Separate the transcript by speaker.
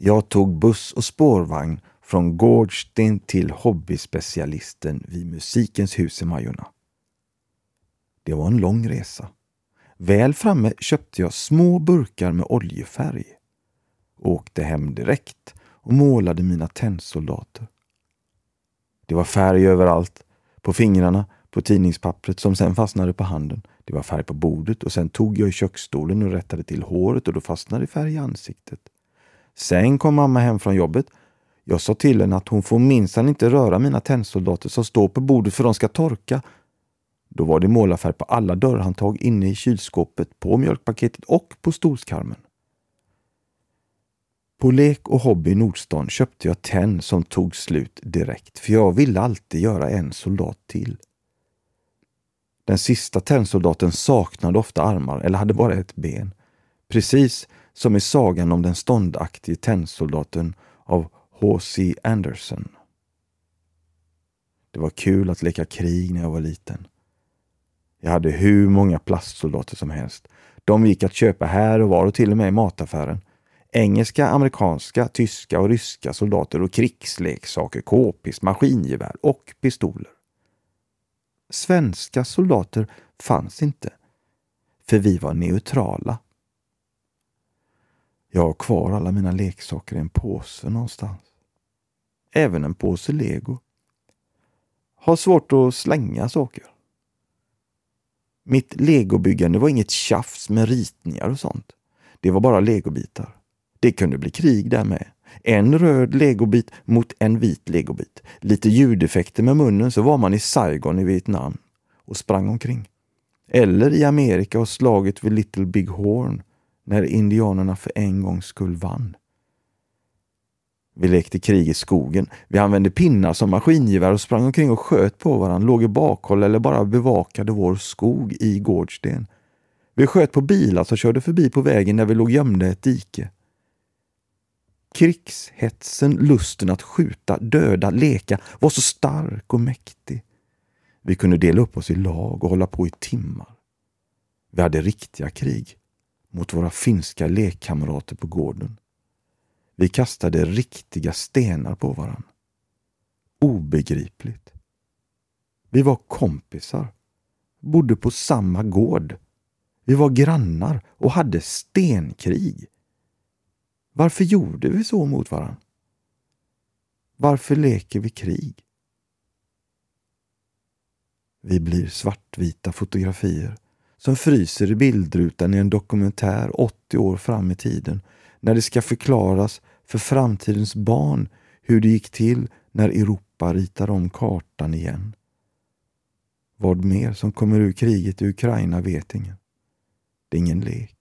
Speaker 1: Jag tog buss och spårvagn från Gårdsten till hobbyspecialisten vid Musikens hus i Majorna. Det var en lång resa. Väl framme köpte jag små burkar med oljefärg. Åkte hem direkt och målade mina tennsoldater. Det var färg överallt, på fingrarna, på tidningspappret som sen fastnade på handen. Det var färg på bordet och sen tog jag i köksstolen och rättade till håret och då fastnade färg i ansiktet. Sen kom mamma hem från jobbet. Jag sa till henne att hon får minsann inte röra mina tennsoldater som står på bordet för de ska torka. Då var det målarfärg på alla dörrhandtag inne i kylskåpet, på mjölkpaketet och på stolskarmen. På Lek och Hobby i Nordstan köpte jag tenn som tog slut direkt, för jag ville alltid göra en soldat till. Den sista tennsoldaten saknade ofta armar eller hade bara ett ben. Precis som i sagan om den ståndaktige tennsoldaten av H.C. Anderson. Det var kul att leka krig när jag var liten. Jag hade hur många plastsoldater som helst. De gick att köpa här och var och till och med i mataffären. Engelska, amerikanska, tyska och ryska soldater och krigsleksaker, k-pist, maskingevär och pistoler. Svenska soldater fanns inte, för vi var neutrala. Jag har kvar alla mina leksaker i en påse någonstans. Även en påse Lego. Har svårt att slänga saker. Mitt legobyggande var inget tjafs med ritningar och sånt. Det var bara legobitar. Det kunde bli krig där med. En röd legobit mot en vit legobit. Lite ljudeffekter med munnen så var man i Saigon i Vietnam och sprang omkring. Eller i Amerika och slaget vid Little Big Horn när indianerna för en gångs skull vann. Vi lekte krig i skogen. Vi använde pinnar som maskingevär och sprang omkring och sköt på varandra, låg i bakhåll eller bara bevakade vår skog i Gårdsten. Vi sköt på bilar som körde förbi på vägen när vi låg gömda i ett dike. Krigshetsen, lusten att skjuta, döda, leka var så stark och mäktig. Vi kunde dela upp oss i lag och hålla på i timmar. Vi hade riktiga krig mot våra finska lekkamrater på gården. Vi kastade riktiga stenar på varann. Obegripligt. Vi var kompisar, bodde på samma gård. Vi var grannar och hade stenkrig. Varför gjorde vi så mot varann? Varför leker vi krig? Vi blir svartvita fotografier som fryser i bildrutan i en dokumentär 80 år fram i tiden när det ska förklaras för framtidens barn hur det gick till när Europa ritar om kartan igen. Vad mer som kommer ur kriget i Ukraina vet ingen. Det är ingen lek.